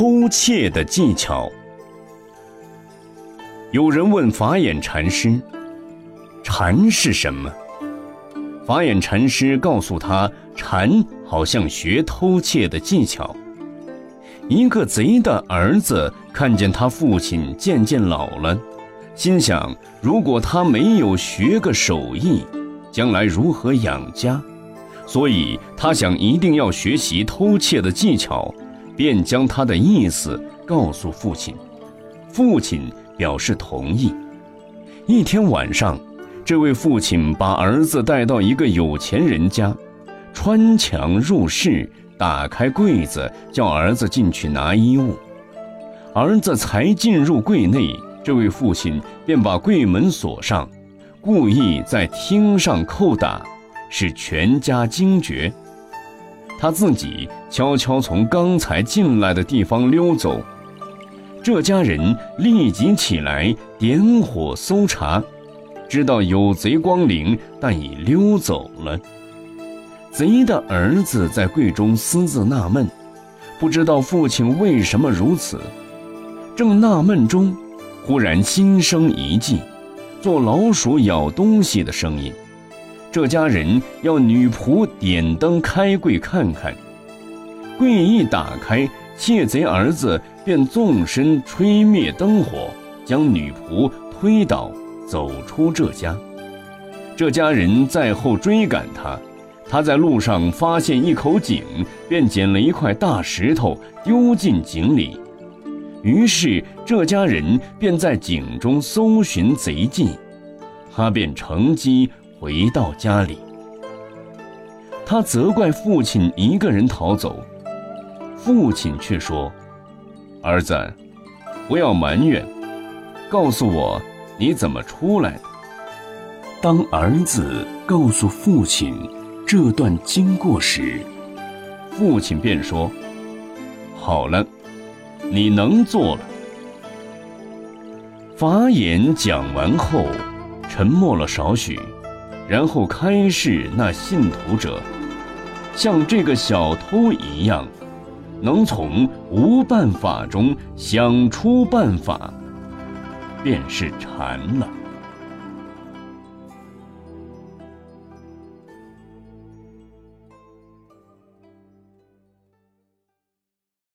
偷窃的技巧。有人问法眼禅师，禅是什么？法眼禅师告诉他，禅好像学偷窃的技巧。一个贼的儿子看见他父亲渐渐老了，心想如果他没有学个手艺，将来如何养家？所以他想一定要学习偷窃的技巧，便将他的意思告诉父亲。父亲表示同意。一天晚上，这位父亲把儿子带到一个有钱人家，穿墙入室，打开柜子，叫儿子进去拿衣物。儿子才进入柜内，这位父亲便把柜门锁上，故意在厅上叩打，使全家惊觉。他自己悄悄从刚才进来的地方溜走。这家人立即起来点火搜查，知道有贼光临，但已溜走了。贼的儿子在柜中私自纳闷，不知道父亲为什么如此。正纳闷中，忽然心生一计，做老鼠咬东西的声音。这家人要女仆点灯开柜看看。柜一打开，窃贼儿子便纵身吹灭灯火，将女仆推倒，走出这家。这家人在后追赶他，他在路上发现一口井，便捡了一块大石头丢进井里。于是这家人便在井中搜寻贼迹，他便乘机回到家里。他责怪父亲一个人逃走，父亲却说：儿子，不要埋怨，告诉我你怎么出来的。当儿子告诉父亲这段经过时，父亲便说：好了，你能做了。法眼讲完后，沉默了少许，然后开示那信徒者，像这个小偷一样，能从无办法中想出办法，便是禅了。